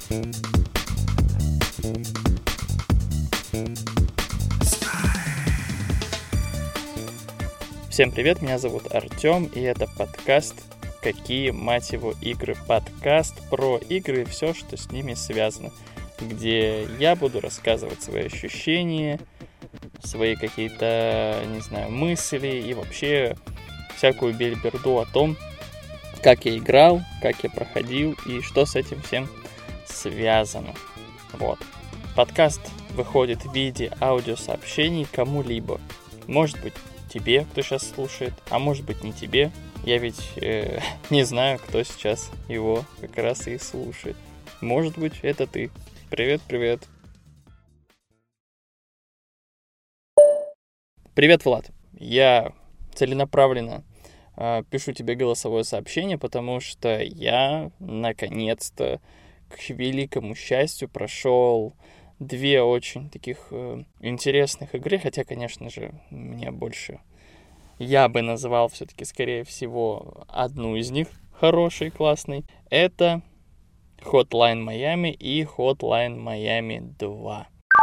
Всем привет, меня зовут Артём, и это подкаст «Какие, мать его, игры?» Подкаст про игры и все, что с ними связано, где я буду рассказывать свои ощущения, свои какие-то, не знаю, мысли и вообще всякую бельберду о том, как я играл, как я проходил и что с этим всем связано. Вот. Подкаст выходит в виде аудиосообщений кому-либо. Может быть, тебе, кто сейчас слушает, а может быть не тебе. Я ведь не знаю, кто сейчас его как раз и слушает. Может быть, это ты. Привет. Привет, Влад. Я целенаправленно пишу тебе голосовое сообщение, потому что я, наконец-то, к великому счастью, прошел 2 очень таких интересных игры, хотя, конечно же, мне больше... Я бы назвал все-таки, скорее всего, одну из них хорошей, классной. Это Hotline Miami и Hotline Miami 2.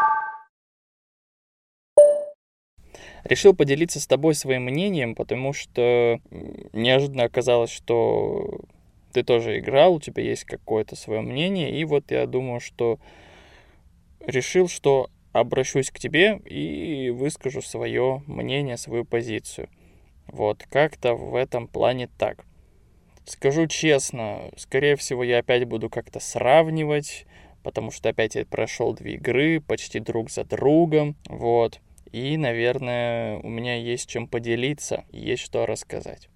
Решил поделиться с тобой своим мнением, потому что неожиданно оказалось, что ты тоже играл, у тебя есть какое-то свое мнение, и вот я думаю, что решил, что обращусь к тебе и выскажу свое мнение, свою позицию. Вот, как-то в этом плане так. Скажу честно, скорее всего, я опять буду как-то сравнивать, потому что опять я прошел 2 игры почти друг за другом, вот. И, наверное, у меня есть чем поделиться, есть что рассказать.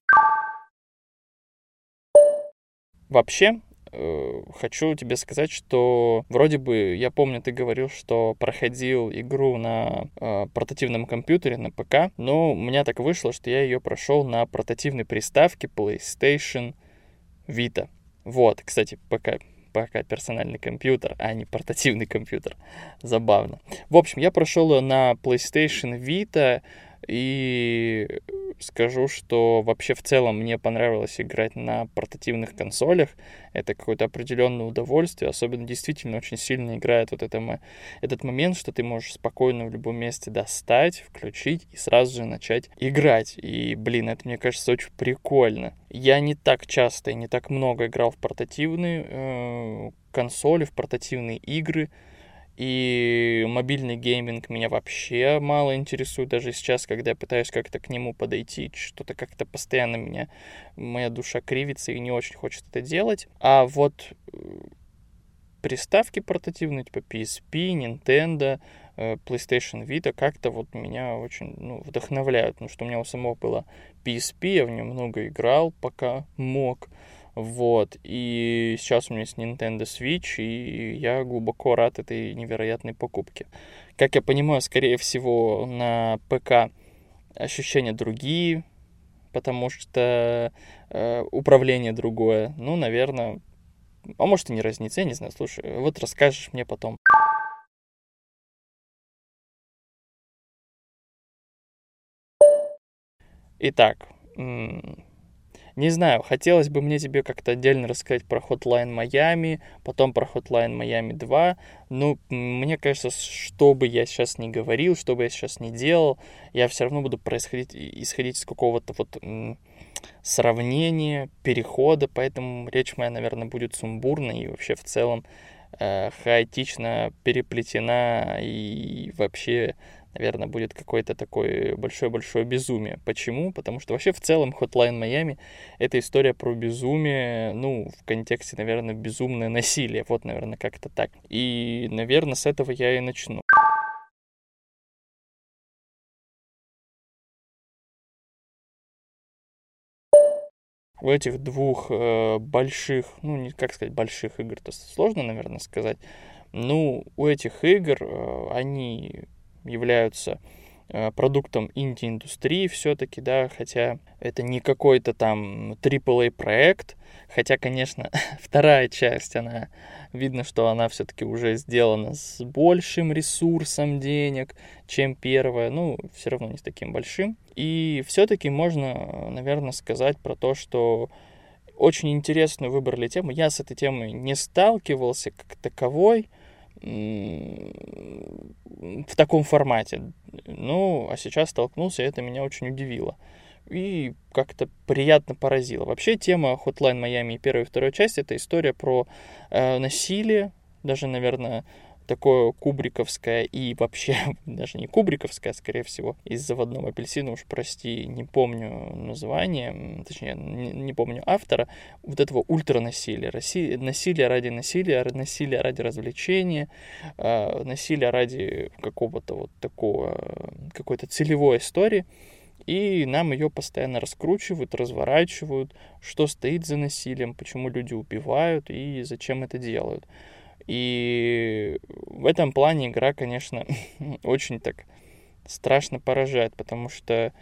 Вообще, хочу тебе сказать, что вроде бы, я помню, ты говорил, что проходил игру на портативном компьютере, на ПК, но у меня так вышло, что я ее прошел на портативной приставке PlayStation Vita. Вот, кстати, ПК персональный компьютер, а не портативный компьютер. Забавно. В общем, я прошел ее на PlayStation Vita, и скажу, что вообще в целом мне понравилось играть на портативных консолях. Это какое-то определенное удовольствие. Особенно действительно очень сильно играет вот этот момент, что ты можешь спокойно в любом месте достать, включить и сразу же начать играть. И, это, мне кажется, очень прикольно. Я не так часто и не так много играл в портативные консоли, в портативные игры. И мобильный гейминг меня вообще мало интересует, даже сейчас, когда я пытаюсь как-то к нему подойти, что-то как-то постоянно моя душа кривится и не очень хочет это делать. А вот приставки портативные, типа PSP, Nintendo, PlayStation Vita, как-то вот меня очень вдохновляют, потому что у меня у самого было PSP, я в нем много играл, пока мог. Вот, и сейчас у меня есть Nintendo Switch, и я глубоко рад этой невероятной покупке. Как я понимаю, скорее всего, на ПК ощущения другие, потому что управление другое. Наверное, а может и не разнится, я не знаю, слушай, вот расскажешь мне потом. Итак, не знаю, хотелось бы мне тебе как-то отдельно рассказать про Hotline Miami, потом про Hotline Miami 2. Мне кажется, что бы я сейчас ни говорил, что бы я сейчас ни делал, я все равно буду исходить из какого-то сравнения, перехода, поэтому речь моя, наверное, будет сумбурной и вообще в целом хаотично переплетена и вообще... Наверное, будет какое-то такое большое-большое безумие. Почему? Потому что вообще в целом Hotline Miami — это история про безумие, в контексте, наверное, безумное насилие. Вот, наверное, как-то так. И, наверное, с этого я и начну. У этих 2 больших, как сказать, больших игр-то сложно, наверное, сказать. У этих игр они являются продуктом инди-индустрии все-таки, да, хотя это не какой-то там AAA проект, хотя, конечно, вторая часть, она видно, что она все-таки уже сделана с большим ресурсом денег, чем первая, все равно не с таким большим. И все-таки можно, наверное, сказать про то, что очень интересную выбрали тему. Я с этой темой не сталкивался как таковой в таком формате. Ну, а сейчас столкнулся, и это меня очень удивило. И как-то приятно поразило. Вообще тема Hotline Miami первой и второй части — это история про насилие, даже, наверное, такое кубриковское и вообще даже не кубриковское, скорее всего, из «Заводного апельсина», уж прости, не помню название, точнее, не помню автора, вот этого ультранасилия, насилие ради насилия, насилие ради развлечения, насилие ради какого-то вот такого, какой-то целевой истории. И нам ее постоянно раскручивают, разворачивают, что стоит за насилием, почему люди убивают и зачем это делают. И в этом плане игра, конечно, очень так страшно поражает, потому что,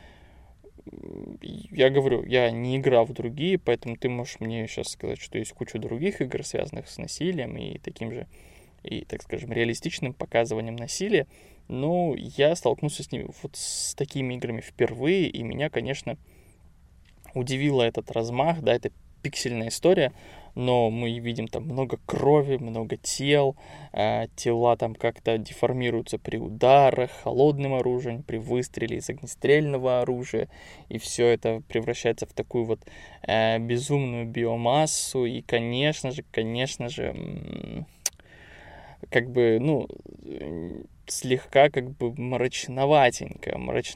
я говорю, я не играл в другие, поэтому ты можешь мне сейчас сказать, что есть куча других игр, связанных с насилием и таким же, и, так скажем, реалистичным показыванием насилия. Но я столкнулся с ними, вот с такими играми впервые, и меня, конечно, удивило этот размах, да, это пиксельная история, но мы видим там много крови, много тел, тела там как-то деформируются при ударах холодным оружием, при выстреле из огнестрельного оружия, и все это превращается в такую вот безумную биомассу, и, конечно же, как бы, ну, слегка как бы мрачноватенько.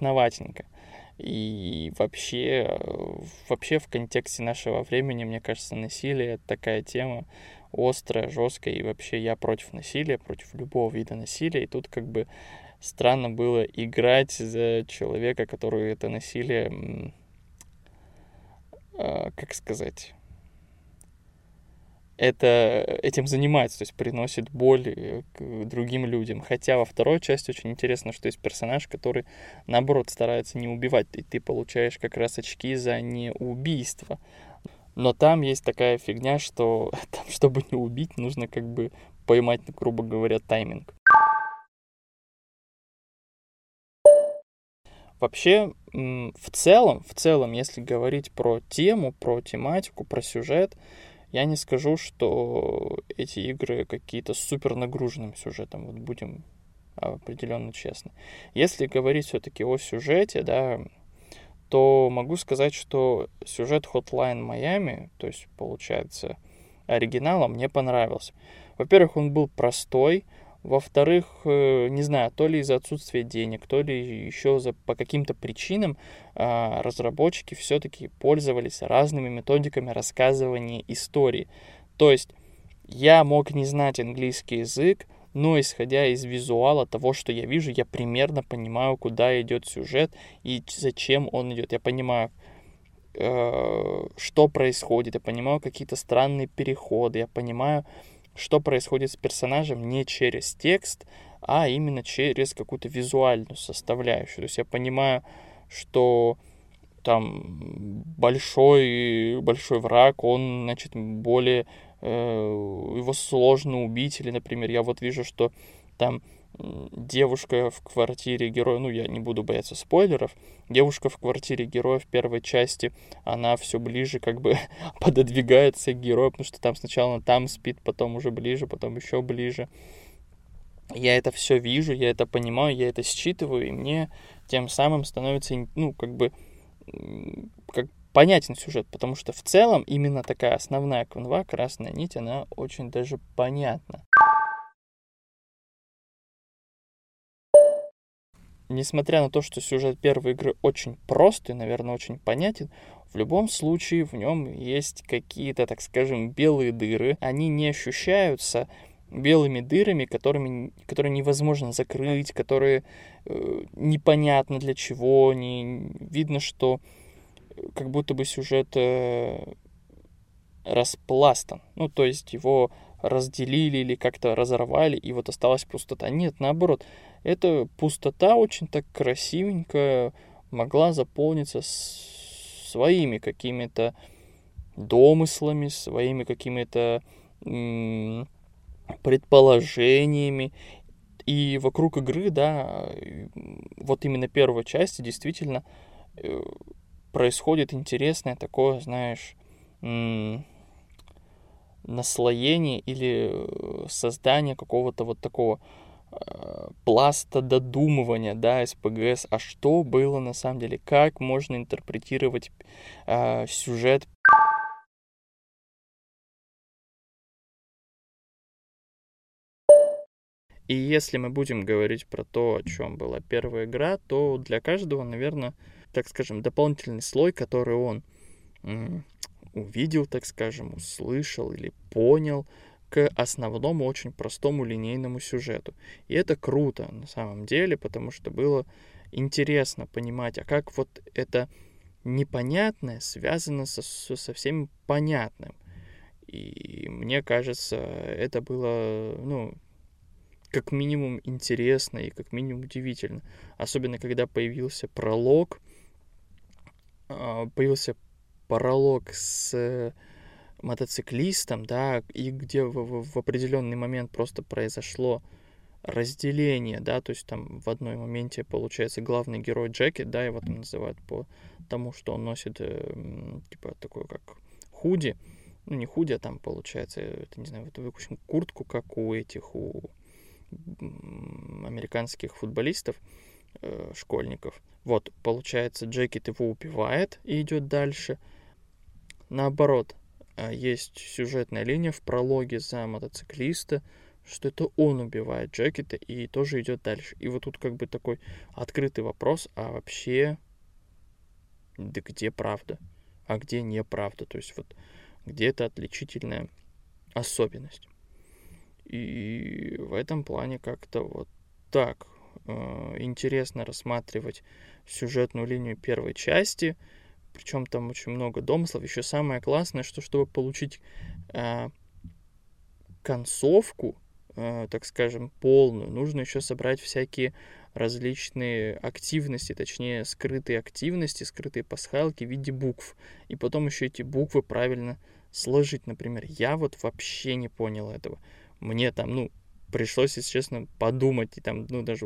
И вообще в контексте нашего времени, мне кажется, насилие — это такая тема острая, жесткая, и вообще я против насилия, против любого вида насилия, и тут как бы странно было играть за человека, который это насилие, как сказать, этим занимается, то есть приносит боль к другим людям. Хотя во второй части очень интересно, что есть персонаж, который, наоборот, старается не убивать, и ты получаешь как раз очки за неубийство. Но там есть такая фигня, что там, чтобы не убить, нужно как бы поймать, грубо говоря, тайминг. Вообще, в целом, если говорить про тему, про тематику, про сюжет, я не скажу, что эти игры какие-то супер нагруженным сюжетом, вот будем определенно честны. Если говорить все-таки о сюжете, да, то могу сказать, что сюжет Hotline Miami, то есть, получается, оригинала, мне понравился. Во-первых, он был простой. Во-вторых, не знаю, то ли из-за отсутствия денег, то ли еще по каким-то причинам разработчики все-таки пользовались разными методиками рассказывания истории. То есть я мог не знать английский язык, но исходя из визуала того, что я вижу, я примерно понимаю, куда идет сюжет и зачем он идет. Я понимаю, что происходит, я понимаю какие-то странные переходы, я понимаю, что происходит с персонажем не через текст, а именно через какую-то визуальную составляющую. То есть я понимаю, что там большой враг, он, значит, более его сложно убить. Или, например, я вот вижу, что там девушка в квартире героя, ну, я не буду бояться спойлеров, девушка в квартире героя в первой части, она все ближе как бы пододвигается к герою, потому что там сначала она там спит, потом уже ближе, потом еще ближе. Я это все вижу, я это понимаю, я это считываю, и мне тем самым становится, ну, как бы, как понятен сюжет, потому что в целом именно такая основная канва, красная нить, она очень даже понятна. Несмотря на то, что сюжет первой игры очень прост и, наверное, очень понятен, в любом случае в нем есть какие-то, так скажем, белые дыры. Они не ощущаются белыми дырами, которые невозможно закрыть, которые непонятно для чего. Не видно, что как будто бы сюжет распластан. Ну, то есть его разделили или как-то разорвали, и вот осталась пустота. Нет, наоборот, эта пустота очень так красивенько могла заполниться своими какими-то домыслами, своими какими-то предположениями. И вокруг игры, да, вот именно первой части действительно происходит интересное такое, знаешь, наслоение или создание какого-то вот такого пласта додумывания, да, СПГС, а что было на самом деле, как можно интерпретировать сюжет. И если мы будем говорить про то, о чем была первая игра, то для каждого, наверное, так скажем, дополнительный слой, который он увидел, так скажем, услышал или понял к основному очень простому линейному сюжету. И это круто на самом деле, потому что было интересно понимать, а как вот это непонятное связано со всем понятным. И мне кажется, это было, как минимум интересно и как минимум удивительно. Особенно, когда появился пролог с мотоциклистом, да, и где в определенный момент просто произошло разделение, да, то есть там в одном моменте, получается, главный герой Джеки, да, его там называют по тому, что он носит, типа, такое, как худи, не худи, а там, получается, это, не знаю, вот, в общем, куртку, как у американских футболистов, школьников. Вот, получается, Джеки его убивает и идет дальше. Наоборот, есть сюжетная линия в прологе за мотоциклиста, что это он убивает Джекета и тоже идет дальше. И вот тут как бы такой открытый вопрос, а вообще, да где правда, а где неправда? То есть вот где это отличительная особенность. И в этом плане как-то вот так интересно рассматривать сюжетную линию первой части, причем там очень много домыслов. Еще самое классное, что чтобы получить концовку, так скажем, полную, нужно еще собрать всякие различные активности, точнее, скрытые активности, скрытые пасхалки в виде букв. И потом еще эти буквы правильно сложить. Например, я вот вообще не понял этого. Мне там, пришлось, если честно, подумать и там, даже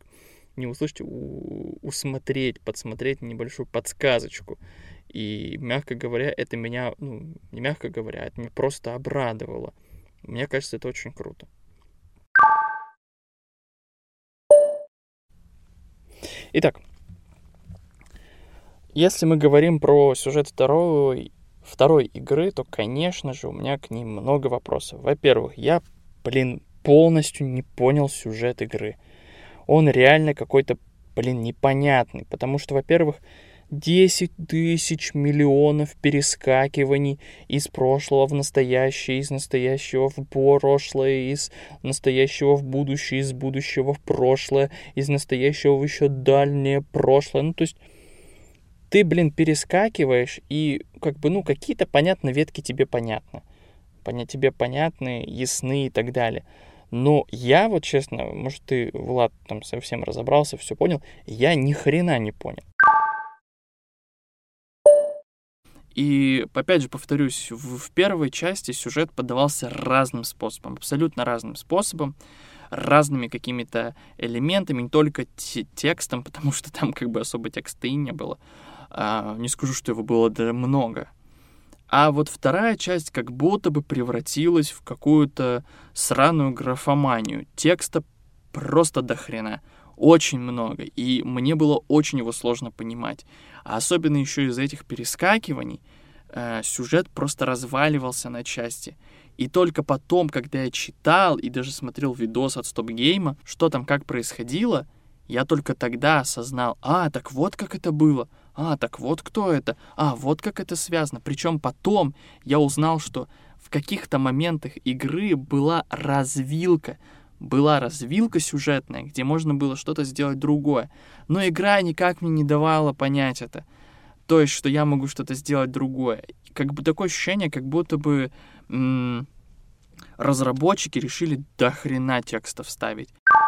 усмотреть, подсмотреть небольшую подсказочку. И, мягко говоря, это меня, не мягко говоря, это меня просто обрадовало. Мне кажется, это очень круто. Итак, если мы говорим про сюжет второй игры, то, конечно же, у меня к ним много вопросов. Во-первых, я, полностью не понял сюжет игры. Он реально какой-то, непонятный. Потому что, во-первых, 10 тысяч миллионов перескакиваний из прошлого в настоящее, из настоящего в прошлое, из настоящего в будущее, из будущего в прошлое, из настоящего в еще дальнее прошлое. То есть ты, перескакиваешь, и какие-то, понятно, ветки тебе понятны. Тебе понятны, ясны и так далее. Но я вот, честно, может, ты, Влад, там совсем разобрался, все понял, я ни хрена не понял. И, опять же, повторюсь, в первой части сюжет подавался разным способом, абсолютно разным способом, разными какими-то элементами, не только текстом, потому что там особо текста и не было. Не скажу, что его было даже много. А вот вторая часть как будто бы превратилась в какую-то сраную графоманию. Текста просто до хрена. Очень много. И мне было очень его сложно понимать. А особенно еще из-за этих перескакиваний сюжет просто разваливался на части. И только потом, когда я читал и даже смотрел видос от Стоп Гейма, что там как происходило, я только тогда осознал, так вот как это было, так вот кто это, вот как это связано. Причем потом я узнал, что в каких-то моментах игры была развилка сюжетная, где можно было что-то сделать другое. Но игра никак мне не давала понять это. То есть, что я могу что-то сделать другое. Такое ощущение, как будто бы разработчики решили до хрена текста вставить.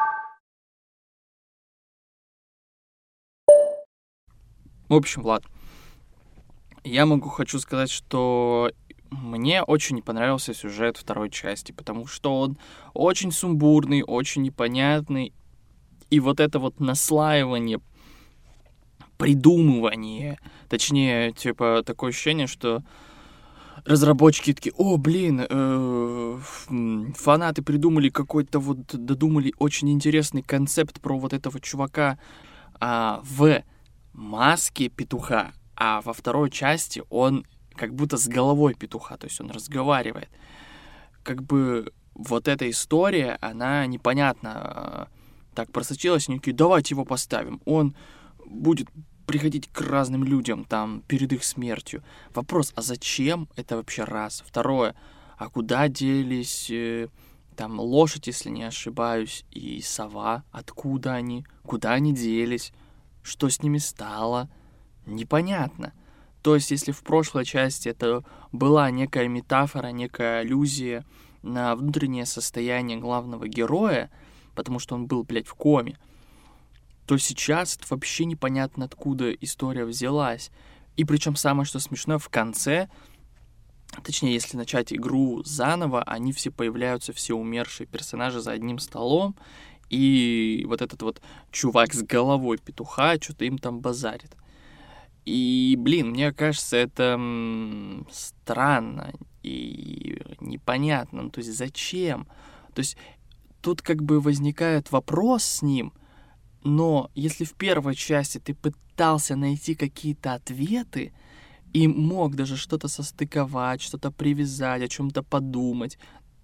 В общем, Влад, хочу сказать, что мне очень не понравился сюжет второй части, потому что он очень сумбурный, очень непонятный. И вот это вот наслаивание, придумывание, точнее, такое ощущение, что разработчики такие: о, блин, фанаты придумали какой-то вот, додумали очень интересный концепт про вот этого чувака в маске петуха, а во второй части он как будто с головой петуха, то есть он разговаривает. Как бы вот эта история, она непонятно так просочилась, они такие: давайте его поставим, он будет приходить к разным людям там перед их смертью. Вопрос, а зачем это вообще, раз? Второе, а куда делись там лошадь, если не ошибаюсь, и сова? Откуда они? Куда они делись? Что с ними стало? Непонятно. То есть, если в прошлой части это была некая метафора, некая аллюзия на внутреннее состояние главного героя, потому что он был, блядь, в коме, то сейчас вообще непонятно, откуда история взялась. И причем самое, что смешное, в конце, точнее, если начать игру заново, они все появляются, все умершие персонажи за одним столом, и вот этот вот чувак с головой петуха что-то им там базарит. И, блин, мне кажется, это странно и непонятно. Ну, то есть зачем? То есть тут как бы возникает вопрос с ним, но если в первой части ты пытался найти какие-то ответы и мог даже что-то состыковать, что-то привязать, о чем-то подумать,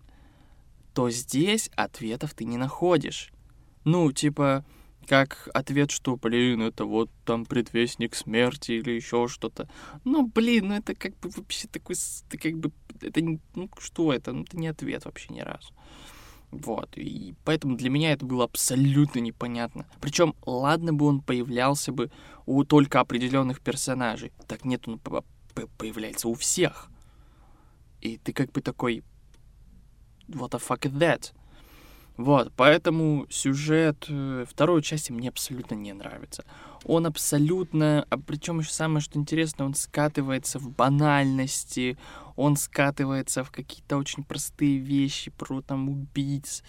то здесь ответов ты не находишь. Ну, типа, как ответ, что, блин, это вот там предвестник смерти или еще что-то. Ну, блин, ну это как бы вообще такой, как бы, это не, ну что это, ну это не ответ вообще ни разу. Вот, и поэтому для меня это было абсолютно непонятно. Причем, ладно бы он появлялся бы у только определенных персонажей. Так нет, он появляется у всех. И ты как бы такой, what the fuck is that? Вот, поэтому сюжет второй части мне абсолютно не нравится. Он абсолютно, а причем еще самое, что интересно, он скатывается в банальности, он скатывается в какие-то очень простые вещи про там убийц.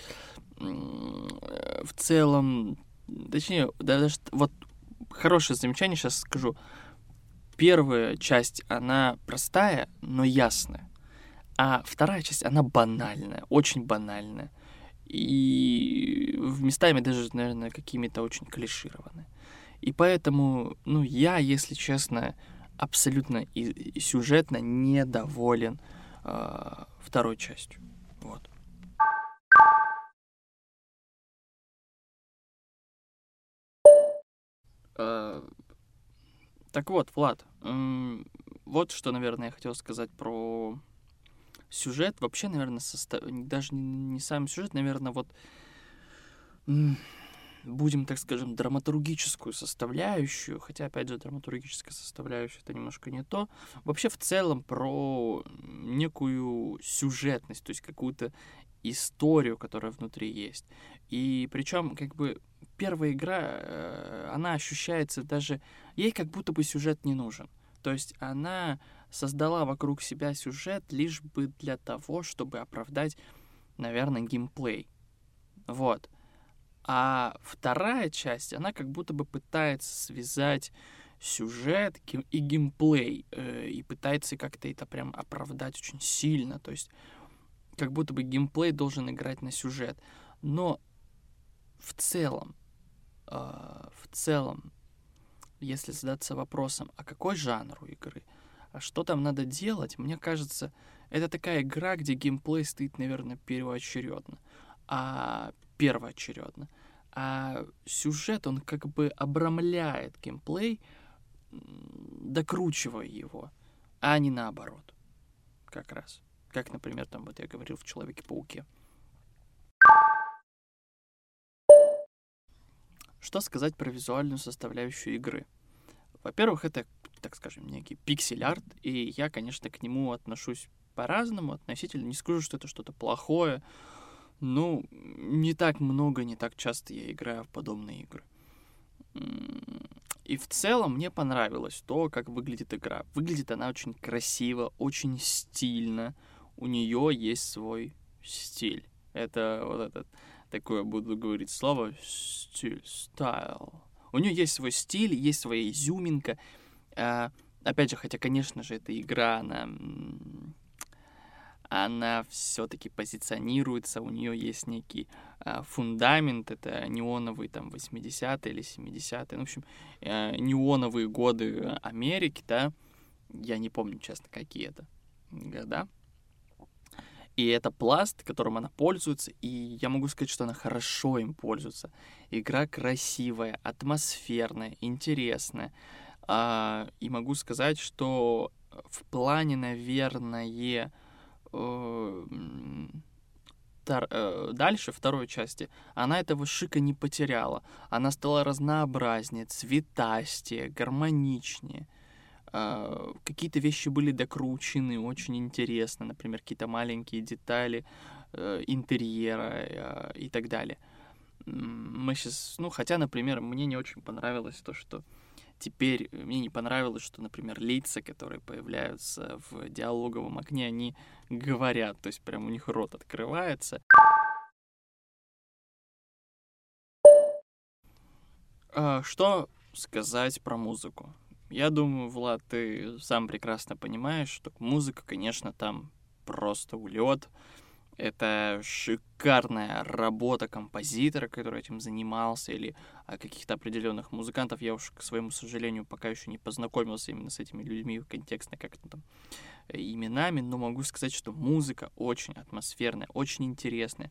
В целом, точнее, даже вот хорошее замечание сейчас скажу. Первая часть, она простая, но ясная. А вторая часть, она банальная, очень банальная. И местами даже, наверное, какими-то очень клишированные. И поэтому, ну, я, если честно, абсолютно и сюжетно недоволен второй частью. Вот. Так вот, Влад, вот что, наверное, я хотел сказать про сюжет. Вообще, наверное, даже не сам сюжет, наверное, вот будем, так скажем, драматургическую составляющую, хотя, опять же, драматургическая составляющая — это немножко не то. Вообще, в целом, про некую сюжетность, то есть какую-то историю, которая внутри есть. И причем, как бы, первая игра, она ощущается даже... Ей как будто бы сюжет не нужен. То есть она создала вокруг себя сюжет лишь бы для того, чтобы оправдать, наверное, геймплей. Вот. А вторая часть, она как будто бы пытается связать сюжет и геймплей, и пытается как-то это прям оправдать очень сильно. То есть как будто бы геймплей должен играть на сюжет. Но в целом, если задаться вопросом, а какой жанр у игры, а что там надо делать, мне кажется, это такая игра, где геймплей стоит, наверное, первоочередно. А сюжет, он как бы обрамляет геймплей, докручивая его, а не наоборот. Как раз. Как, например, там вот я говорил в Человеке-пауке. Что сказать про визуальную составляющую игры? Во-первых, это, так скажем, некий пиксель-арт, и я, конечно, к нему отношусь по-разному, относительно. Не скажу, что это что-то плохое. Ну, не так много, не так часто я играю в подобные игры. И в целом мне понравилось то, как выглядит игра. Выглядит она очень красиво, очень стильно. У нее есть свой стиль. Это вот этот, такое буду говорить слово, стиль, стайл. У нее есть свой стиль, есть своя изюминка. Опять же, хотя, конечно же, эта игра, она она все-таки позиционируется, у нее есть некий фундамент, это неоновые там 80-е или 70-е, ну, в общем, неоновые годы Америки, да, я не помню, честно, какие это года. И это пласт, которым она пользуется, и я могу сказать, что она хорошо им пользуется. Игра красивая, атмосферная, интересная. И могу сказать, что в плане, наверное, дальше, второй части, она этого шика не потеряла. Она стала разнообразнее, цветастее, гармоничнее. Какие-то вещи были докручены, очень интересно, например, какие-то маленькие детали интерьера и так далее. Мы сейчас, хотя, например, мне не очень понравилось то, что теперь мне не понравилось, что, например, лица, которые появляются в диалоговом окне, они говорят, то есть прям у них рот открывается. Что сказать про музыку? Я думаю, Влад, ты сам прекрасно понимаешь, что музыка, конечно, там просто улет. Это шикарная работа композитора, который этим занимался, или каких-то определенных музыкантов. Я уж, к своему сожалению, пока еще не познакомился именно с этими людьми контекстно, как-то там именами, но могу сказать, что музыка очень атмосферная, очень интересная.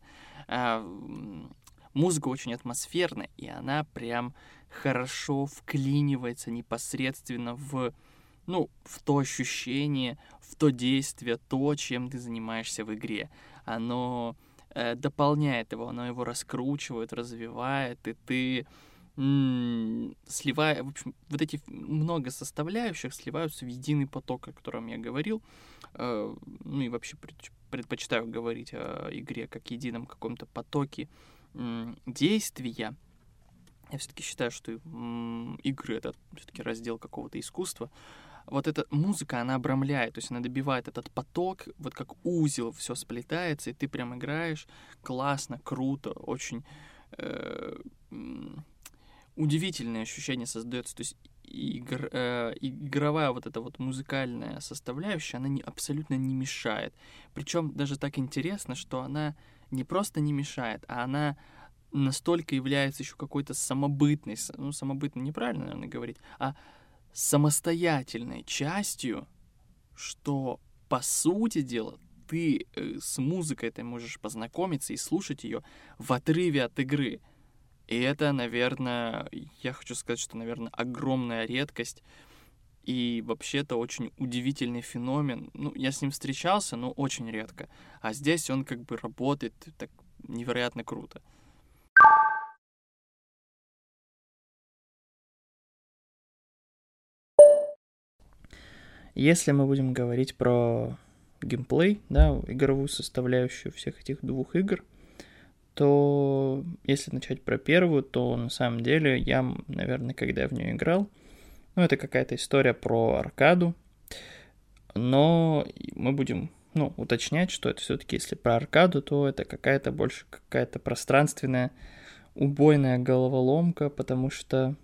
Музыка очень атмосферная, и она прям хорошо вклинивается непосредственно в то ощущение, в то действие, то, чем ты занимаешься в игре. Оно дополняет его, оно его раскручивает, развивает, и ты сливая, в общем, вот эти много составляющих сливаются в единый поток, о котором я говорил. И вообще предпочитаю говорить о игре как едином каком-то потоке действия. Я все-таки считаю, что игры — это все-таки раздел какого-то искусства. Вот эта музыка, она обрамляет, то есть она добивает этот поток, вот как узел все сплетается, и ты прям играешь классно, круто, очень удивительное ощущение создается. То есть игровая вот эта вот музыкальная составляющая, она абсолютно не мешает. Причем даже так интересно, что она не просто не мешает, а она настолько является еще какой-то самобытной, самобытной неправильно, наверное, говорить, а самостоятельной частью, что, по сути дела, ты с музыкой этой можешь познакомиться и слушать ее в отрыве от игры. И это, наверное, я хочу сказать, что, наверное, огромная редкость. И вообще-то очень удивительный феномен. Я с ним встречался, но очень редко. А здесь он как бы работает так невероятно круто. Если мы будем говорить про геймплей, да, игровую составляющую всех этих двух игр, то если начать про первую, то на самом деле я, наверное, когда я в нее играл, это какая-то история про аркаду, но мы будем, уточнять, что это все-таки, если про аркаду, то это какая-то больше какая-то пространственная убойная головоломка, потому что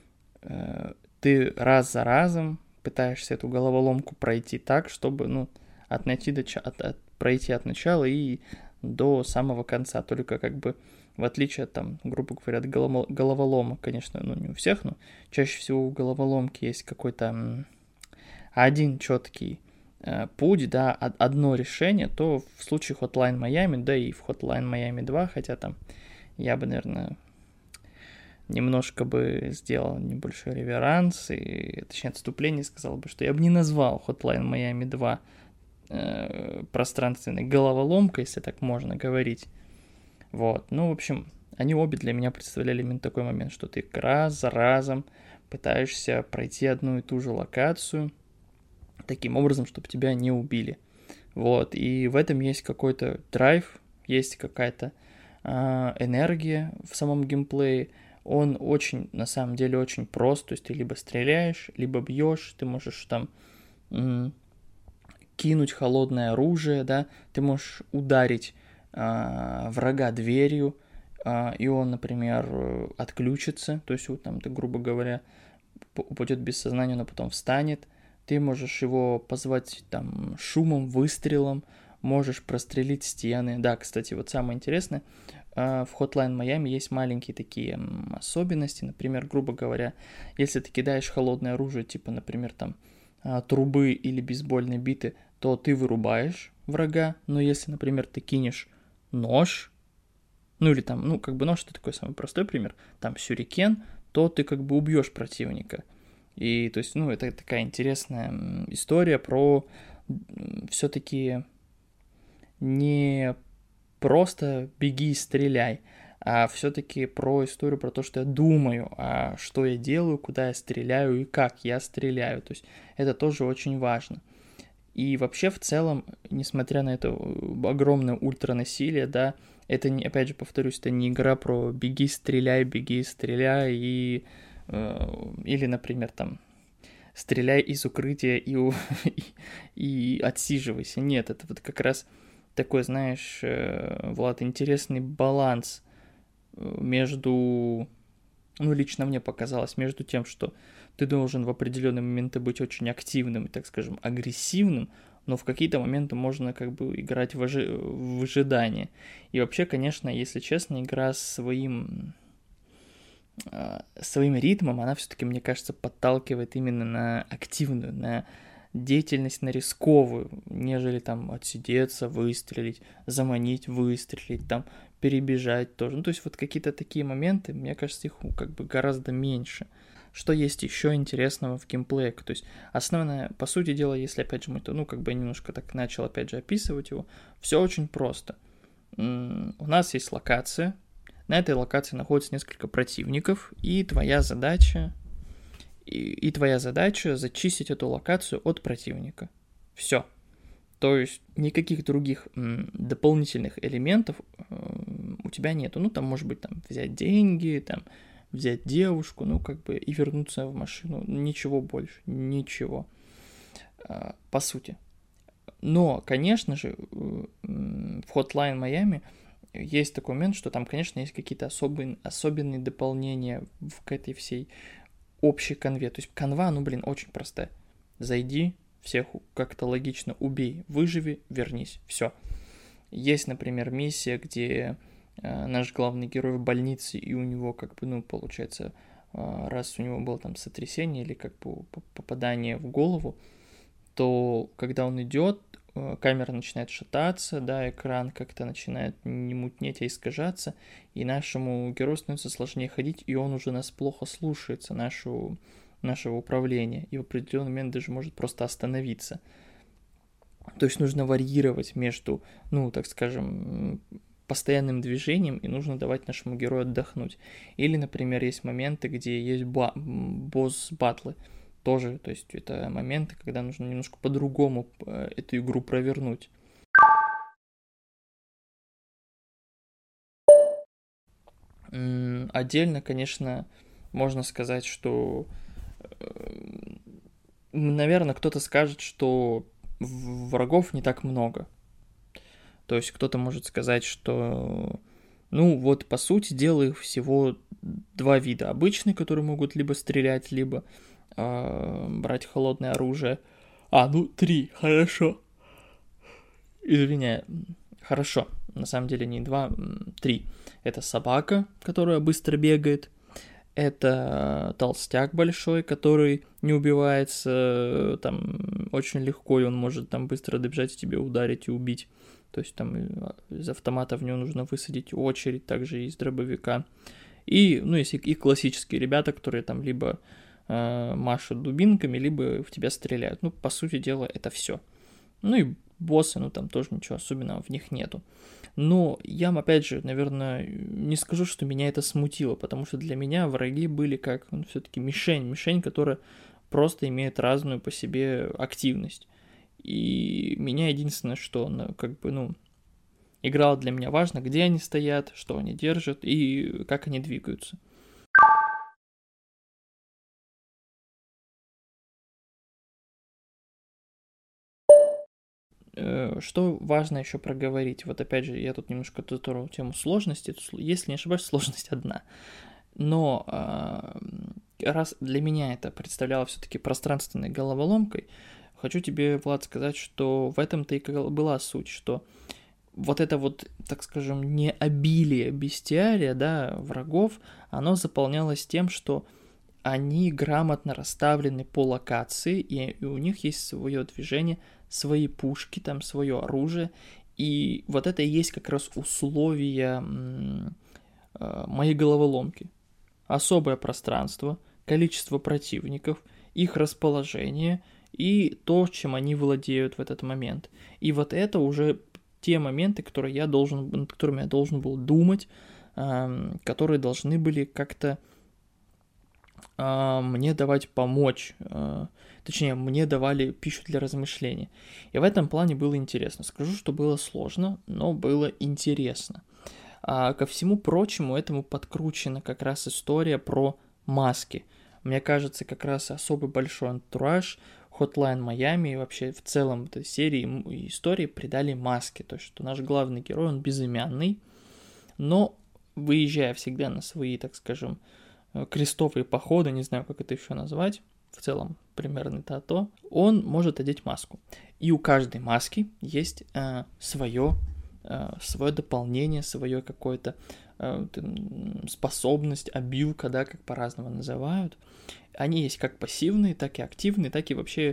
ты раз за разом пытаешься эту головоломку пройти так, чтобы, пройти от начала и до самого конца. Только как бы в отличие от, грубо говоря, от головоломок, конечно, не у всех, но чаще всего у головоломки есть какой-то один четкий путь, да, одно решение, то в случае Hotline Miami, да и в Hotline Miami 2, хотя там я бы, наверное, немножко бы сделал небольшой реверанс, и, точнее, отступление, сказал бы, что я бы не назвал Hotline Miami 2 пространственной головоломкой, если так можно говорить. Вот, в общем, они обе для меня представляли именно такой момент, что ты раз за разом пытаешься пройти одну и ту же локацию таким образом, чтобы тебя не убили. Вот, и в этом есть какой-то драйв, есть какая-то энергия в самом геймплее. Он очень, на самом деле, очень прост, то есть ты либо стреляешь, либо бьешь, ты можешь там кинуть холодное оружие, да, ты можешь ударить врага дверью, и он, например, отключится, то есть вот там ты, грубо говоря, упадет без сознания, но потом встанет. Ты можешь его позвать там шумом, выстрелом, можешь прострелить стены. Да, кстати, вот самое интересное, в Hotline Miami есть маленькие такие особенности. Например, грубо говоря, если ты кидаешь холодное оружие, типа, например, там, трубы или бейсбольные биты, то ты вырубаешь врага. Но если, например, ты кинешь нож, ну или там, ну как бы нож, это такой самый простой пример, там сюрикен, то ты как бы убьешь противника. И то есть, ну это такая интересная история про все-таки не просто беги и стреляй, а все-таки про историю про то, что я думаю, а что я делаю, куда я стреляю и как я стреляю. То есть это тоже очень важно. И вообще в целом, несмотря на это огромное ультранасилие, да, это, не, опять же, повторюсь, это не игра про беги, стреляй, и... или, например, там, стреляй из укрытия и отсиживайся. Нет, это вот как раз такой, знаешь, Влад, интересный баланс между, ну, лично мне показалось, между тем, что ты должен в определенные моменты быть очень активным и, так скажем, агрессивным, но в какие-то моменты можно как бы играть в ожидание. И вообще, конечно, если честно, игра своим ритмом, она все-таки, мне кажется, подталкивает именно на активную, на деятельность, на рисковую, нежели там отсидеться, выстрелить, заманить, выстрелить, там перебежать тоже. Ну, то есть вот какие-то такие моменты, мне кажется, их как бы гораздо меньше. Что есть еще интересного в геймплее? То есть основное, по сути дела, если опять же мы то, ну, как бы я немножко так начал опять же описывать его, все очень просто. У нас есть локация, на этой локации находится несколько противников, и твоя задача зачистить эту локацию от противника. Все. То есть никаких других дополнительных элементов у тебя нету. Ну, там, может быть, там взять деньги, там взять девушку, ну, как бы, и вернуться в машину. Ничего больше, ничего. По сути. Но, конечно же, в Hotline Miami есть такой момент, что там, конечно, есть какие-то особенные дополнения к этой всей общей канве. То есть канва, ну, блин, очень простая. Зайди, всех как-то логично убей, выживи, вернись, все. Есть, например, миссия, где наш главный герой в больнице, и у него, как бы, ну, получается, раз у него было там сотрясение или как бы попадание в голову, то когда он идет, камера начинает шататься, да, экран как-то начинает не мутнеть, а искажаться, и нашему герою становится сложнее ходить, и он уже нас плохо слушается, нашего управления, и в определенный момент даже может просто остановиться. То есть нужно варьировать между, ну, так скажем, постоянным движением, и нужно давать нашему герою отдохнуть. Или, например, есть моменты, где есть босс-баттлы, тоже, то есть это моменты, когда нужно немножко по-другому эту игру провернуть. Отдельно, конечно, можно сказать, что, наверное, кто-то скажет, что врагов не так много. То есть кто-то может сказать, что, ну вот, по сути дела, их всего два вида. Обычные, которые могут либо стрелять, либо брать холодное оружие. Три, хорошо. Извиняю, хорошо. На самом деле не два, три. Это собака, которая быстро бегает. Это толстяк большой, который не убивается там очень легко, и он может там быстро добежать и тебя ударить и убить. То есть там из автомата в него нужно высадить очередь, также из дробовика. И, ну, есть и классические ребята, которые там либо машут дубинками, либо в тебя стреляют. Ну, по сути дела, это все. Ну и боссы, ну там тоже ничего особенного в них нету. Но я, опять же, наверное, не скажу, что меня это смутило, потому что для меня враги были как, ну, все-таки мишень, которая просто имеет разную по себе активность. И меня единственное, что, как бы, ну, играло для меня важно, где они стоят, что они держат и как они двигаются. Что важно еще проговорить? Вот опять же, я тут немножко затронул тему сложности. Если не ошибаюсь, сложность одна. Но раз для меня это представляло все-таки пространственной головоломкой, хочу тебе, Влад, сказать, что в этом-то и была суть, что вот это вот, так скажем, не обилие бестиария, да, врагов, оно заполнялось тем, что они грамотно расставлены по локации, и у них есть свое движение, свои пушки, там свое оружие, и вот это и есть как раз условия моей головоломки. Особое пространство, количество противников, их расположение и то, чем они владеют в этот момент. И вот это уже те моменты, над которыми я должен был думать, которые должны были как-то мне давать помочь, точнее, мне давали пищу для размышления. И в этом плане было интересно. Скажу, что было сложно, но было интересно. Ко всему прочему, этому подкручена как раз история про маски. Мне кажется, как раз особый большой антураж Hotline Miami и вообще в целом этой серии и истории придали маски. То есть, что наш главный герой, он безымянный, но выезжая всегда на свои, так скажем, крестовые походы, не знаю, как это еще назвать, в целом примерно это то, он может одеть маску. И у каждой маски есть свое дополнение, свое какое-то способность, обилка, да, как по-разному называют. Они есть как пассивные, так и активные, так и вообще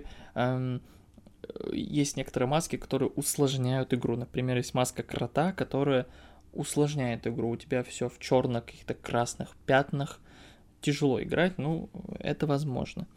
есть некоторые маски, которые усложняют игру. Например, есть маска крота, которая усложняет игру. У тебя все в черных каких-то красных пятнах. Тяжело играть, ну, это возможно.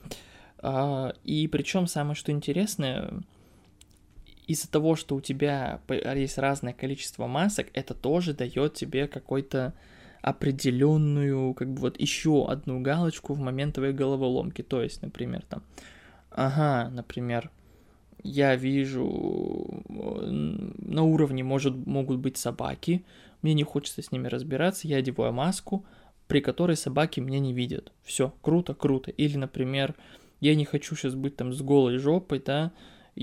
И причем самое, что интересное, из-за того, что у тебя есть разное количество масок, это тоже дает тебе какой-то определенную, как бы вот еще одну галочку в момент твоей головоломки. То есть, например, там, например, я вижу на уровне могут быть собаки, мне не хочется с ними разбираться, я одеваю маску, при которой собаки меня не видят. Все, круто, круто. Или, например, я не хочу сейчас быть там с голой жопой, да,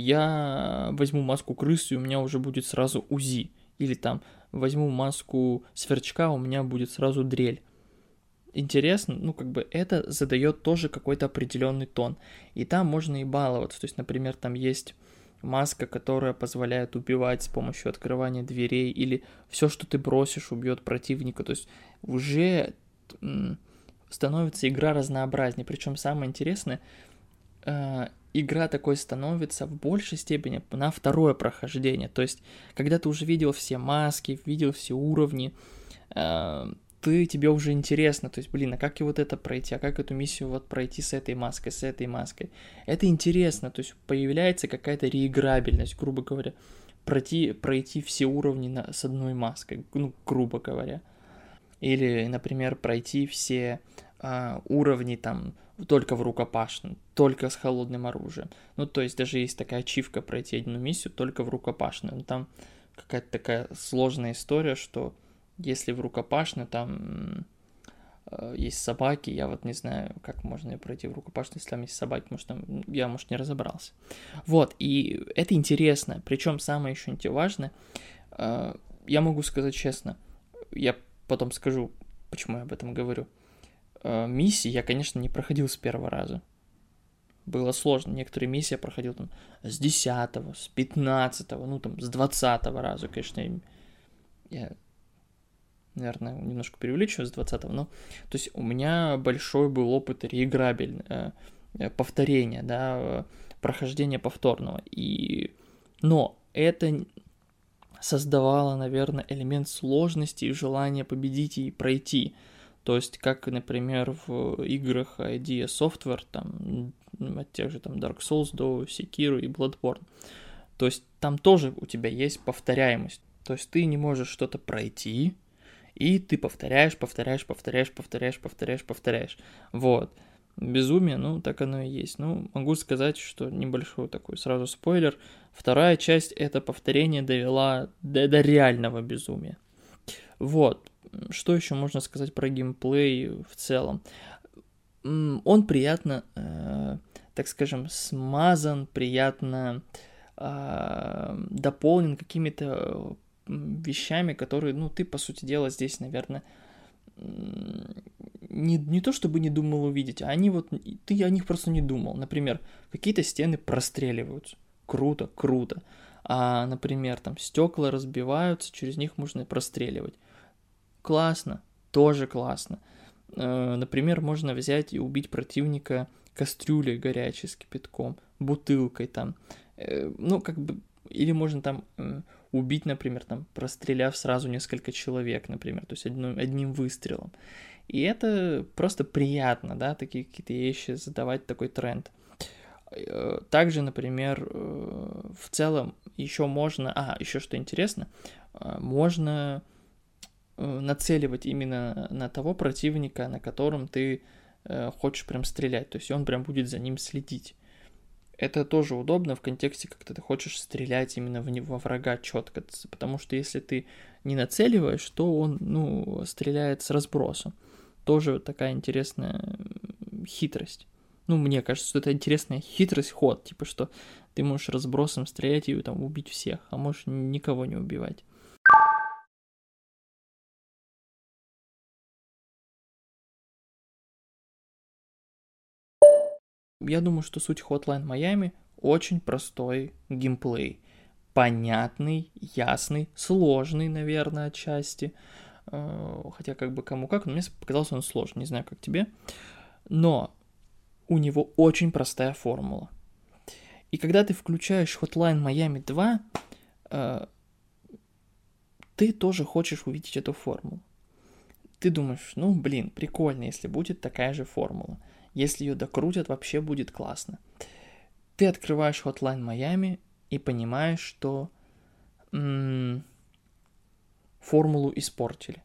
я возьму маску крысы, и у меня уже будет сразу УЗИ. Или там возьму маску сверчка, у меня будет сразу дрель. Интересно, ну, как бы это задает тоже какой-то определенный тон. И там можно и баловаться. То есть, например, там есть маска, которая позволяет убивать с помощью открывания дверей, или все, что ты бросишь, убьет противника. То есть уже становится игра разнообразнее. Причем самое интересное, игра такой становится в большей степени на второе прохождение. То есть, когда ты уже видел все маски, видел все уровни, тебе уже интересно, то есть, а как и вот это пройти, а как эту миссию вот пройти с этой маской, с этой маской. Это интересно, то есть появляется какая-то реиграбельность, грубо говоря, пройти все уровни с одной маской, ну, грубо говоря. Или, например, пройти все уровни там только в рукопашном, только с холодным оружием. Ну, то есть даже есть такая ачивка пройти одну миссию только в рукопашную. Там какая-то такая сложная история, что если в рукопашной там есть собаки, я вот не знаю, как можно ее пройти в рукопашную, если там есть собаки, я, может, не разобрался. Вот, и это интересно. Причем самое еще важное, я могу сказать честно, я потом скажу, почему я об этом говорю. Миссии я, конечно, не проходил с первого раза. Было сложно. Некоторые миссии я проходил там с 10-го, с 15-го, ну там с 20-го раза, конечно. Я, наверное, немножко преувеличиваю с 20-го, но то есть у меня большой был опыт реиграбельного повторения, да, прохождения повторного. Но это создавало, наверное, элемент сложности и желания победить и пройти. То есть, как, например, в играх ID Software, там, от тех же там Dark Souls до Sekiro и Bloodborne. То есть, там тоже у тебя есть повторяемость. То есть, ты не можешь что-то пройти, и ты повторяешь. Вот. Безумие, ну, так оно и есть. Ну, могу сказать, что небольшой такой сразу спойлер. Вторая часть это повторение довела до реального безумия. Вот. Что еще можно сказать про геймплей в целом? Он приятно, так скажем, смазан, приятно дополнен какими-то вещами, которые, ну, ты, по сути дела, здесь, наверное, не то чтобы не думал увидеть, а ты о них просто не думал. Например, какие-то стены простреливаются. Круто, круто. А, например, там стекла разбиваются, через них можно простреливать. Классно, тоже классно. Например, можно взять и убить противника кастрюлей горячей с кипятком, бутылкой там. Ну, как бы, или можно там убить, например, там, простреляв сразу несколько человек, например, то есть одним выстрелом. И это просто приятно, да, такие какие-то вещи, задавать такой тренд. Также, например, в целом еще можно... еще что интересно, можно нацеливать именно на того противника, на котором ты хочешь прям стрелять, то есть он прям будет за ним следить. Это тоже удобно в контексте, когда ты хочешь стрелять именно во врага четко, потому что если ты не нацеливаешь, то он, стреляет с разбросом. Тоже такая интересная хитрость. Мне кажется, что это интересная хитрость, ход, типа, что ты можешь разбросом стрелять и там убить всех, а можешь никого не убивать. Я думаю, что суть Hotline Miami очень простой геймплей. Понятный, ясный, сложный, наверное, отчасти. Хотя как бы кому как, но мне показался он сложный, не знаю, как тебе. Но у него очень простая формула. И когда ты включаешь Hotline Miami 2, ты тоже хочешь увидеть эту формулу. Ты думаешь, прикольно, если будет такая же формула. Если ее докрутят, вообще будет классно. Ты открываешь Hotline Miami и понимаешь, что формулу испортили.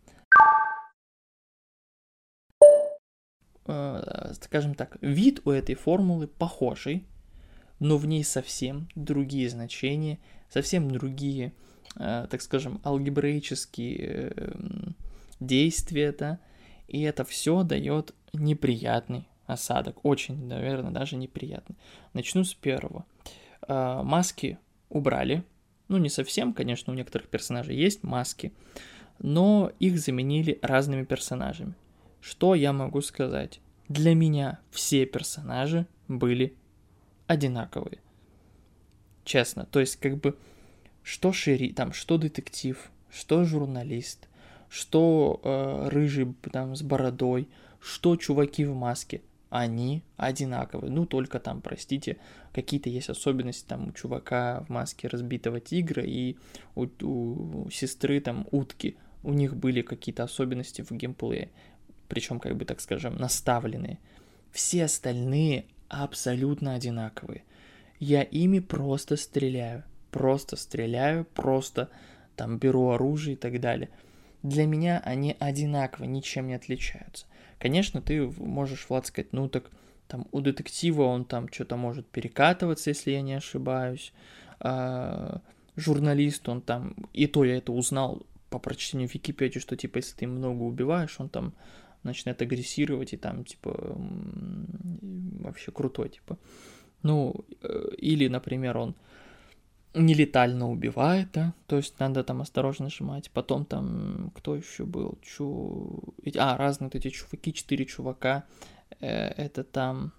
Скажем так, вид у этой формулы похожий, но в ней совсем другие значения, совсем другие, так скажем, алгебраические действия, да, и это все дает неприятный осадок, очень, наверное, даже неприятный. Начну с первого. Маски убрали, не совсем, конечно, у некоторых персонажей есть маски, но их заменили разными персонажами. Что я могу сказать? Для меня все персонажи были одинаковые. Честно, то есть как бы что что детектив, что журналист, что рыжий там с бородой, что чуваки в маске, они одинаковые. Только там, простите, какие-то есть особенности там у чувака в маске разбитого тигра и у сестры там утки. У них были какие-то особенности в геймплее, причем, как бы, так скажем, наставленные. Все остальные абсолютно одинаковые. Я ими просто стреляю, просто там беру оружие и так далее. Для меня они одинаково, ничем не отличаются. Конечно, ты можешь, Влад, сказать, так там у детектива он там что-то может перекатываться, если я не ошибаюсь. Журналист, он там, и то я это узнал по прочтению в Википедии, что типа если ты много убиваешь, он там начинает агрессировать и там типа вообще крутой, типа. Или, например, он нелетально убивает, да, то есть надо там осторожно нажимать. Потом там, кто еще был? Разные вот эти чуваки, 4 чувака. Это там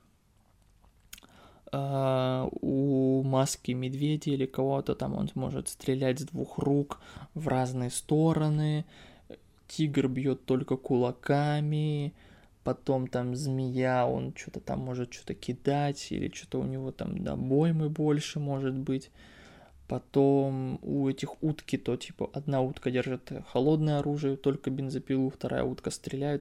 у маски медведя или кого-то там он может стрелять с 2 рук в разные стороны. Тигр бьет только кулаками. Потом там змея, он что-то там может что-то кидать, или что-то у него там обоймы больше может быть. Потом у этих утки, то типа одна утка держит холодное оружие, только бензопилу, вторая утка стреляет.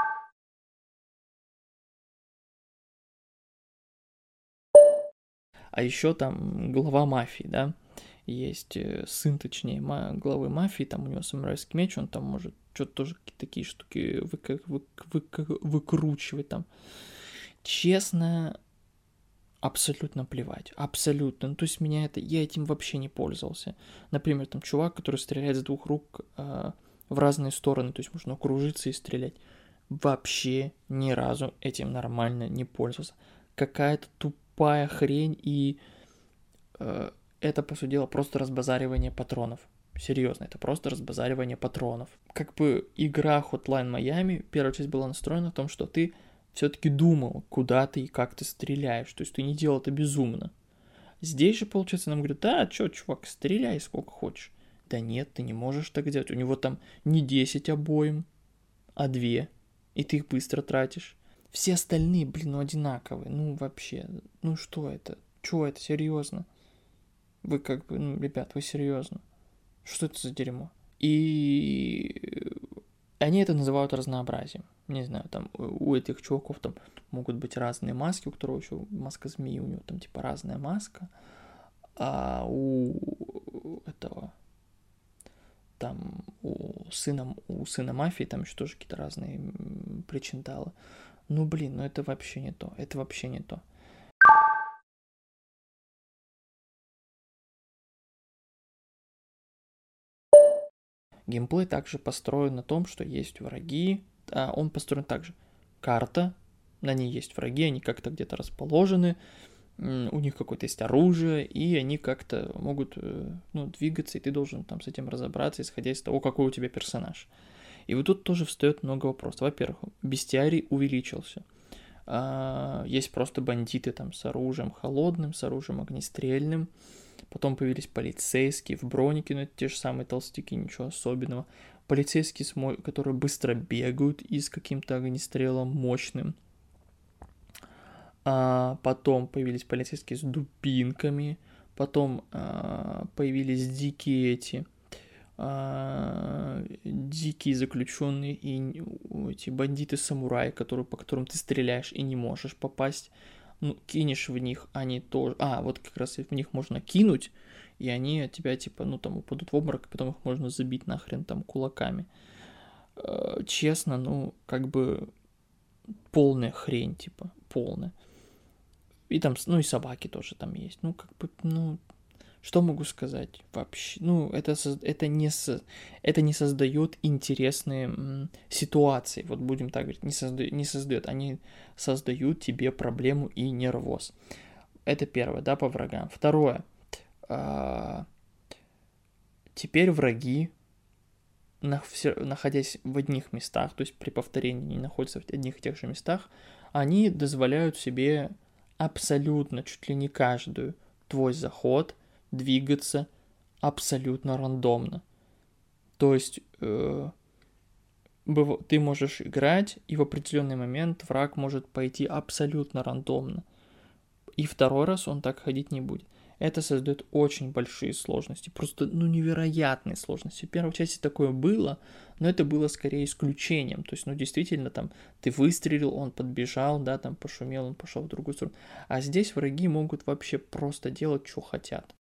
А еще там глава мафии, да, есть сын, точнее, главы мафии, там у него самурайский меч, он там может что-то тоже какие-то такие штуки выкручивать там. Честно, абсолютно плевать, абсолютно. То есть я этим вообще не пользовался. Например, там чувак, который стреляет с 2 рук в разные стороны, то есть можно окружиться и стрелять. Вообще ни разу этим нормально не пользовался. Какая-то тупая хрень, и это, по сути дела, просто разбазаривание патронов. Серьезно, это просто разбазаривание патронов. Как бы игра Hotline Miami, первая часть была настроена в том, что ты все-таки думал, куда ты и как ты стреляешь. То есть ты не делал это безумно. Здесь же, получается, нам говорят, да, чё, чувак, стреляй сколько хочешь. Да нет, ты не можешь так делать. У него там не 10 обоим, а 2. И ты их быстро тратишь. Все остальные, блин, ну одинаковые. Ну вообще, ну что это? Чё это, серьезно? Вы как бы, ну, ребят, вы серьезно? Что это за дерьмо? И они это называют разнообразием. Не знаю, там у этих чуваков там могут быть разные маски, у которого еще маска змеи, у него там типа разная маска, а у этого там у сына мафии там еще тоже какие-то разные причиндалы. Ну блин, ну это вообще не то, это вообще не то. Геймплей также построен на том, что есть враги, он построен также. Карта, на ней есть враги, они как-то где-то расположены, у них какое-то есть оружие, и они как-то могут двигаться, и ты должен там с этим разобраться, исходя из того, какой у тебя персонаж. И вот тут тоже встает много вопросов. Во-первых, бестиарий увеличился. Есть просто бандиты там с оружием холодным, с оружием огнестрельным. Потом появились полицейские в бронике, но это те же самые толстяки, ничего особенного. Полицейские, которые быстро бегают и с каким-то огнестрелом мощным. Потом появились полицейские с дубинками. Потом появились дикие дикие заключенные и эти бандиты-самураи, по которым ты стреляешь и не можешь попасть. Ну, кинешь в них, они тоже... вот как раз в них можно кинуть, и они от тебя, типа, там упадут в обморок, и потом их можно забить нахрен там кулаками. Честно, как бы полная хрень, типа, полная. И там, и собаки тоже там есть. Что могу сказать вообще? Это не создает интересные ситуации. Вот будем так говорить, не создает. Они создают тебе проблему и нервоз. Это первое, да, по врагам. Второе. Теперь враги, находясь в одних местах, то есть при повторении не находятся в одних и тех же местах, они дозволяют себе абсолютно, чуть ли не каждую твой заход двигаться абсолютно рандомно. То есть ты можешь играть, и в определенный момент враг может пойти абсолютно рандомно. И второй раз он так ходить не будет. Это создает очень большие сложности, просто невероятные сложности. В первой части такое было, но это было скорее исключением. То есть, действительно, там ты выстрелил, он подбежал, да, там пошумел, он пошел в другую сторону. А здесь враги могут вообще просто делать, что хотят.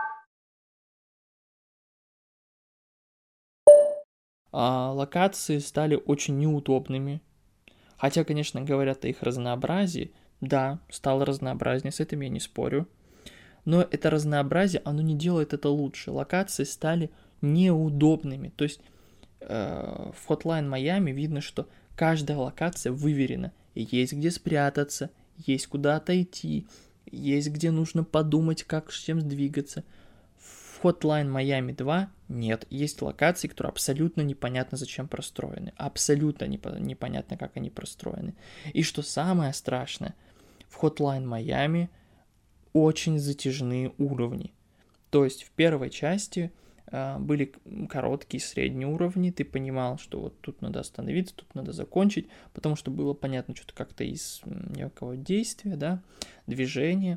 Локации стали очень неудобными. Хотя, конечно, говорят о их разнообразии. Да, стало разнообразнее, с этим я не спорю. Но это разнообразие, оно не делает это лучше. Локации стали неудобными. То есть в Hotline Miami видно, что каждая локация выверена. Есть где спрятаться, есть куда отойти, есть где нужно подумать, как с чем двигаться. В Hotline Miami 2 нет. Есть локации, которые абсолютно непонятно зачем простроены. Абсолютно непонятно, как они простроены. И что самое страшное, в Hotline Miami очень затяжные уровни. То есть в первой части были короткие средние уровни, ты понимал, что вот тут надо остановиться, тут надо закончить, потому что было понятно что-то как-то из некого действия, да, движения,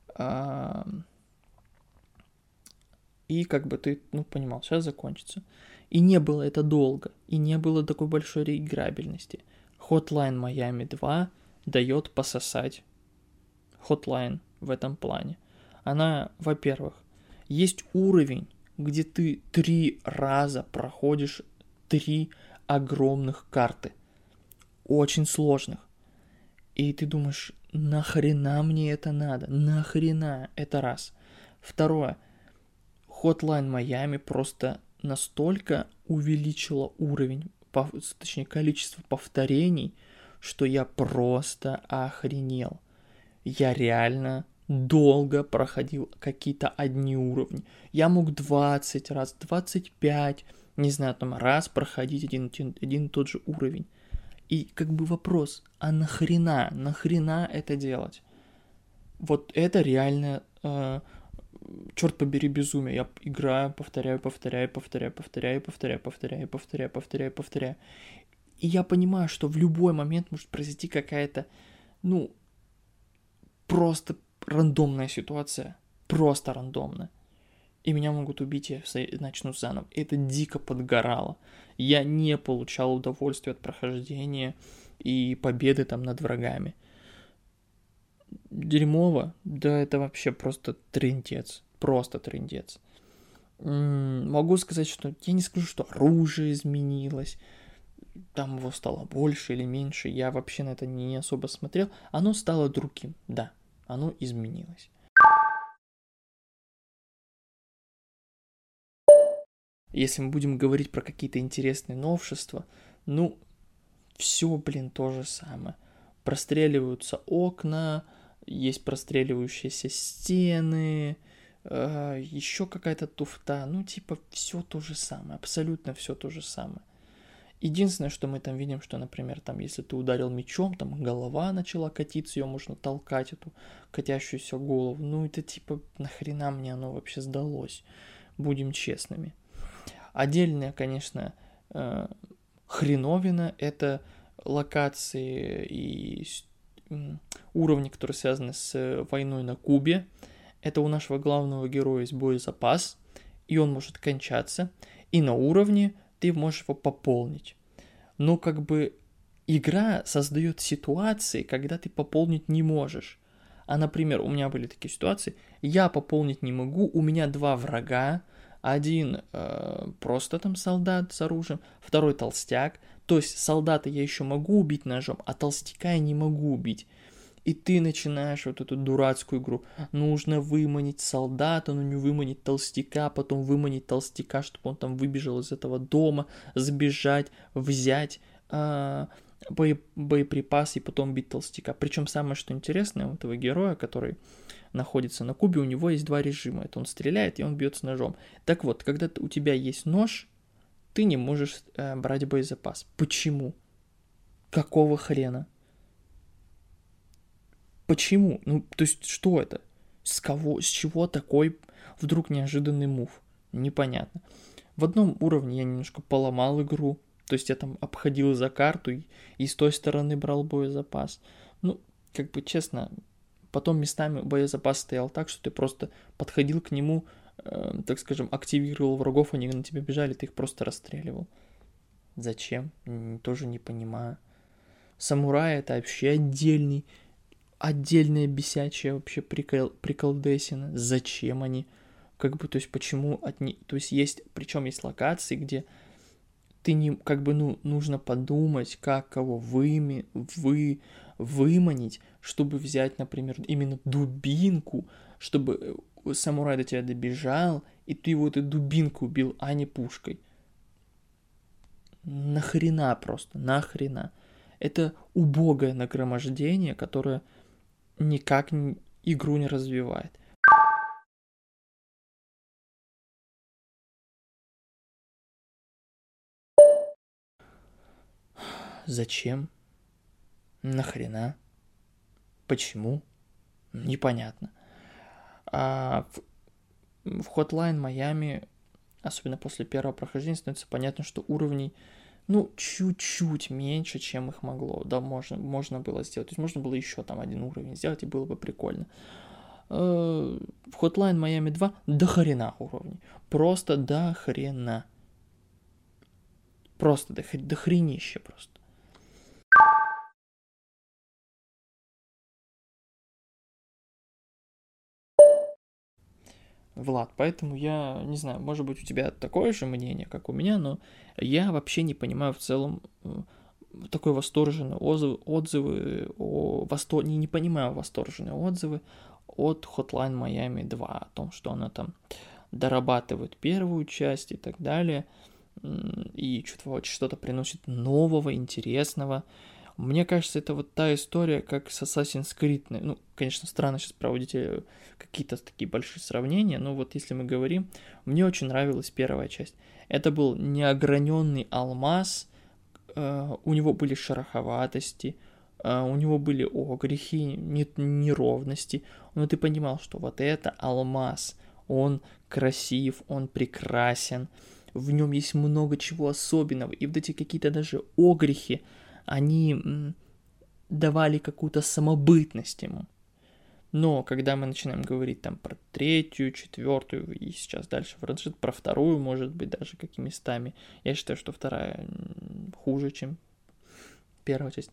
и как бы ты, понимал, сейчас закончится. И не было это долго, и не было такой большой реиграбельности. Hotline Miami 2 дает пососать Hotline в этом плане. Она, во-первых, есть уровень, где ты 3 раза проходишь 3 огромных карты. Очень сложных. И ты думаешь, нахрена мне это надо? Нахрена? Это раз. Второе. Hotline Miami просто настолько увеличила уровень, точнее количество повторений, что я просто охренел. Я реально долго проходил какие-то одни уровни. Я мог 20 раз, 25, не знаю, там раз проходить один и тот же уровень. И как бы вопрос, а нахрена это делать? Вот это реально, черт побери, безумие. Я играю, повторяю. И я понимаю, что в любой момент может произойти какая-то, просто рандомная ситуация. Просто рандомная. И меня могут убить, и я начну заново. Это дико подгорало. Я не получал удовольствия от прохождения и победы там над врагами. Дерьмово? Да это вообще просто трындец. Просто трындец. Могу сказать, что... Я не скажу, что оружие изменилось. Там его стало больше или меньше. Я вообще на это не особо смотрел. Оно стало другим. Да, оно изменилось. Если мы будем говорить про какие-то интересные новшества, все, то же самое. Простреливаются окна, есть простреливающиеся стены, еще какая-то туфта, все то же самое, абсолютно все то же самое. Единственное, что мы там видим, что, например, там, если ты ударил мечом, там голова начала катиться, ее можно толкать, эту катящуюся голову. Это нахрена мне оно вообще сдалось? Будем честными. Отдельная, конечно, хреновина — это локации и уровни, которые связаны с войной на Кубе. Это у нашего главного героя есть боезапас, и он может кончаться, и на уровне ты можешь его пополнить. Но игра создает ситуации, когда ты пополнить не можешь. А, например, у меня были такие ситуации, я пополнить не могу, у меня 2 врага, один просто там солдат с оружием, второй толстяк. То есть солдата я еще могу убить ножом, а толстяка я не могу убить. И ты начинаешь вот эту дурацкую игру. Нужно выманить солдата, но не выманить толстяка, потом выманить толстяка, чтобы он там выбежал из этого дома, сбежать, взять боеприпасы и потом бить толстяка. Причем самое, что интересное, у этого героя, который находится на Кубе, у него есть 2 режима. Это он стреляет и он бьет с ножом. Так вот, когда у тебя есть нож, ты не можешь брать боезапас. Почему? Какого хрена? Почему? То есть, что это? С чего такой вдруг неожиданный мув? Непонятно. В одном уровне я немножко поломал игру. То есть, я там обходил за карту и с той стороны брал боезапас. Честно, потом местами боезапас стоял так, что ты просто подходил к нему, так скажем, активировал врагов, они на тебя бежали, ты их просто расстреливал. Зачем? Тоже не понимаю. Самурай — это вообще отдельная бесячая вообще приколдесина. Зачем они? То есть, почему То есть, причем есть локации, где ты не, нужно подумать, как кого выманить, чтобы взять, например, именно дубинку, чтобы самурай до тебя добежал, и ты его этой дубинкой убил, а не пушкой. Нахрена просто, нахрена. Это убогое нагромождение, которое никак игру не развивает. Зачем? Нахрена? Почему? Непонятно. А в Hotline Miami, особенно после первого прохождения, становится понятно, что уровней, чуть-чуть меньше, чем их могло. Да, можно было сделать. То есть можно было еще там 1 уровень сделать, и было бы прикольно. В Hotline Miami 2 до хрена уровней. Просто до хрена. Просто до хренища просто. Влад, поэтому я не знаю, может быть, у тебя такое же мнение, как у меня, но я вообще не понимаю в целом такой восторженные отзывы не понимаю восторженные отзывы от Hotline Miami 2, о том, что она там дорабатывает первую часть и так далее, и что-то приносит нового, интересного. Мне кажется, это вот та история, как с Assassin's Creed. Ну, конечно, странно сейчас проводить какие-то такие большие сравнения, но вот если мы говорим, мне очень нравилась первая часть. Это был неограненный алмаз, у него были шероховатости, у него были огрехи, неровности, но ты понимал, что вот это алмаз, он красив, он прекрасен, в нем есть много чего особенного, и вот эти какие-то даже огрехи, они давали какую-то самобытность ему. Но когда мы начинаем говорить там про третью, четвертую и сейчас дальше про вторую, может быть, даже какими местами, я считаю, что вторая хуже, чем первая часть.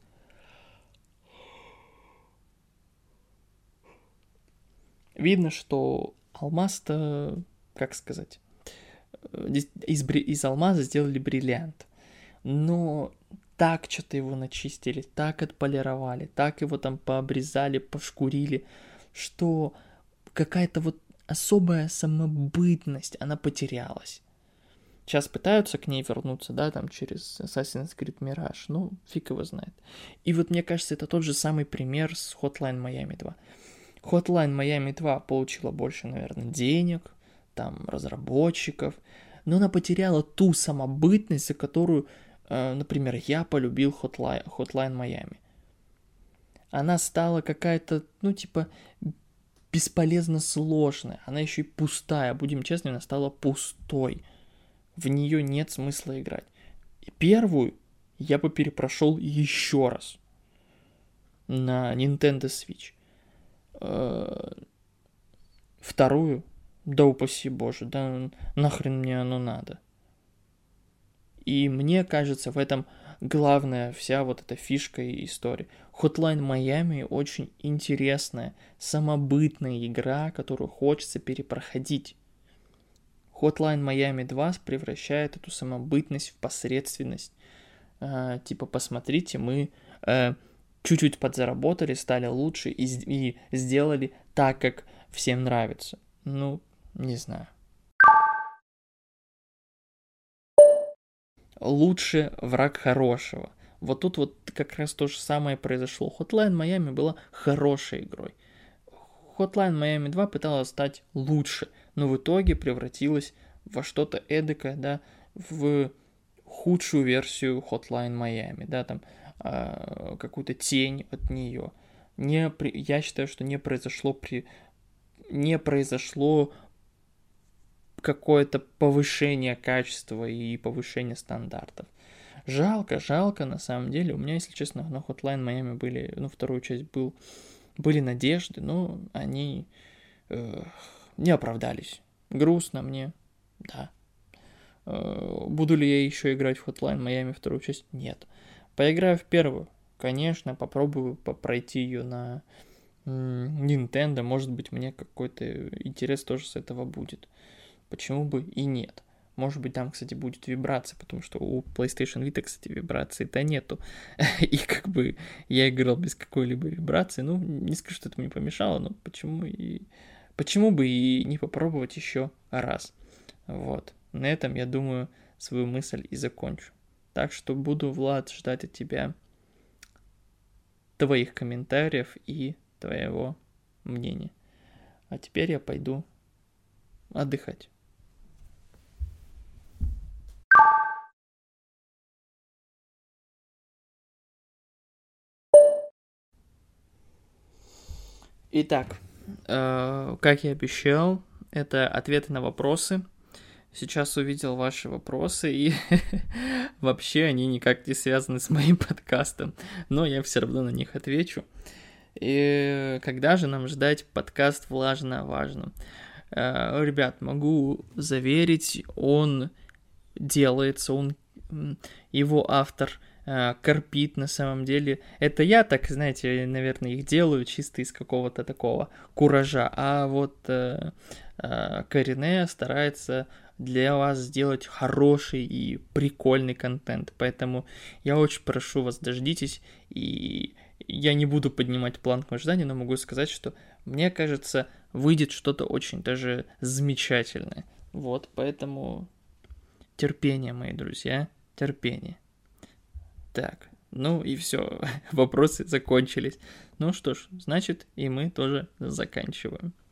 Видно, что алмаз-то, как сказать, из алмаза сделали бриллиант. Но так что-то его начистили, так отполировали, так его там пообрезали, пошкурили, что какая-то вот особая самобытность, она потерялась. Сейчас пытаются к ней вернуться, да, там через Assassin's Creed Mirage, ну, фиг его знает. И вот мне кажется, это тот же самый пример с Hotline Miami 2. Hotline Miami 2 получила больше, наверное, денег, там, разработчиков, но она потеряла ту самобытность, за которую, например, я полюбил Hotline Miami. Она стала какая-то, ну, типа, бесполезно сложная, она еще и пустая, будем честны, она стала пустой. В нее нет смысла играть. И первую я бы перепрошел еще раз на Nintendo Switch. Вторую, да упаси боже, да нахрен мне оно надо. И мне кажется, в этом главная вся вот эта фишка и история. Hotline Miami очень интересная, самобытная игра, которую хочется перепроходить. Hotline Miami 2 превращает эту самобытность в посредственность. Типа, посмотрите, мы чуть-чуть подзаработали, стали лучше и сделали так, как всем нравится. Ну, не знаю. Лучше враг хорошего. Вот тут вот как раз то же самое произошло. Hotline Miami была хорошей игрой. Hotline Miami 2 пыталась стать лучше, но в итоге превратилась во что-то эдакое, да, в худшую версию Hotline Miami, да, там какую-то тень от нее. Я считаю, что не произошло какое-то повышение качества и повышение стандартов. Жалко, на самом деле. У меня, если честно, на Hotline Miami были, вторую часть были надежды, но они не оправдались. Грустно мне, да. Буду ли я еще играть в Hotline Miami вторую часть? Нет. Поиграю в первую. Конечно, попробую пройти ее на Nintendo. Может быть, мне какой-то интерес тоже с этого будет. Почему бы и нет? Может быть, там, кстати, будет вибрация, потому что у PlayStation Vita, кстати, вибрации-то нету. И как бы я играл без какой-либо вибрации. Ну, не скажу, что это мне помешало, но почему бы и не попробовать еще раз. Вот. На этом, я думаю, свою мысль и закончу. Так что буду, Влад, ждать от тебя твоих комментариев и твоего мнения. А теперь я пойду отдыхать. Итак, как я обещал, это ответы на вопросы. Сейчас увидел ваши вопросы, и вообще они никак не связаны с моим подкастом, но я все равно на них отвечу. И когда же нам ждать подкаст «Влажно о важном»? Ребят, могу заверить, он делается, его автор корпит на самом деле. Это я так, знаете, наверное, их делаю чисто из какого-то такого куража, а вот Корене старается для вас сделать хороший и прикольный контент, поэтому я очень прошу вас, дождитесь, и я не буду поднимать планку ожидания, но могу сказать, что мне кажется, выйдет что-то очень даже замечательное. Вот, поэтому терпение, мои друзья, терпение. Так, Ну и все, вопросы закончились. Ну что ж, значит, и мы тоже заканчиваем.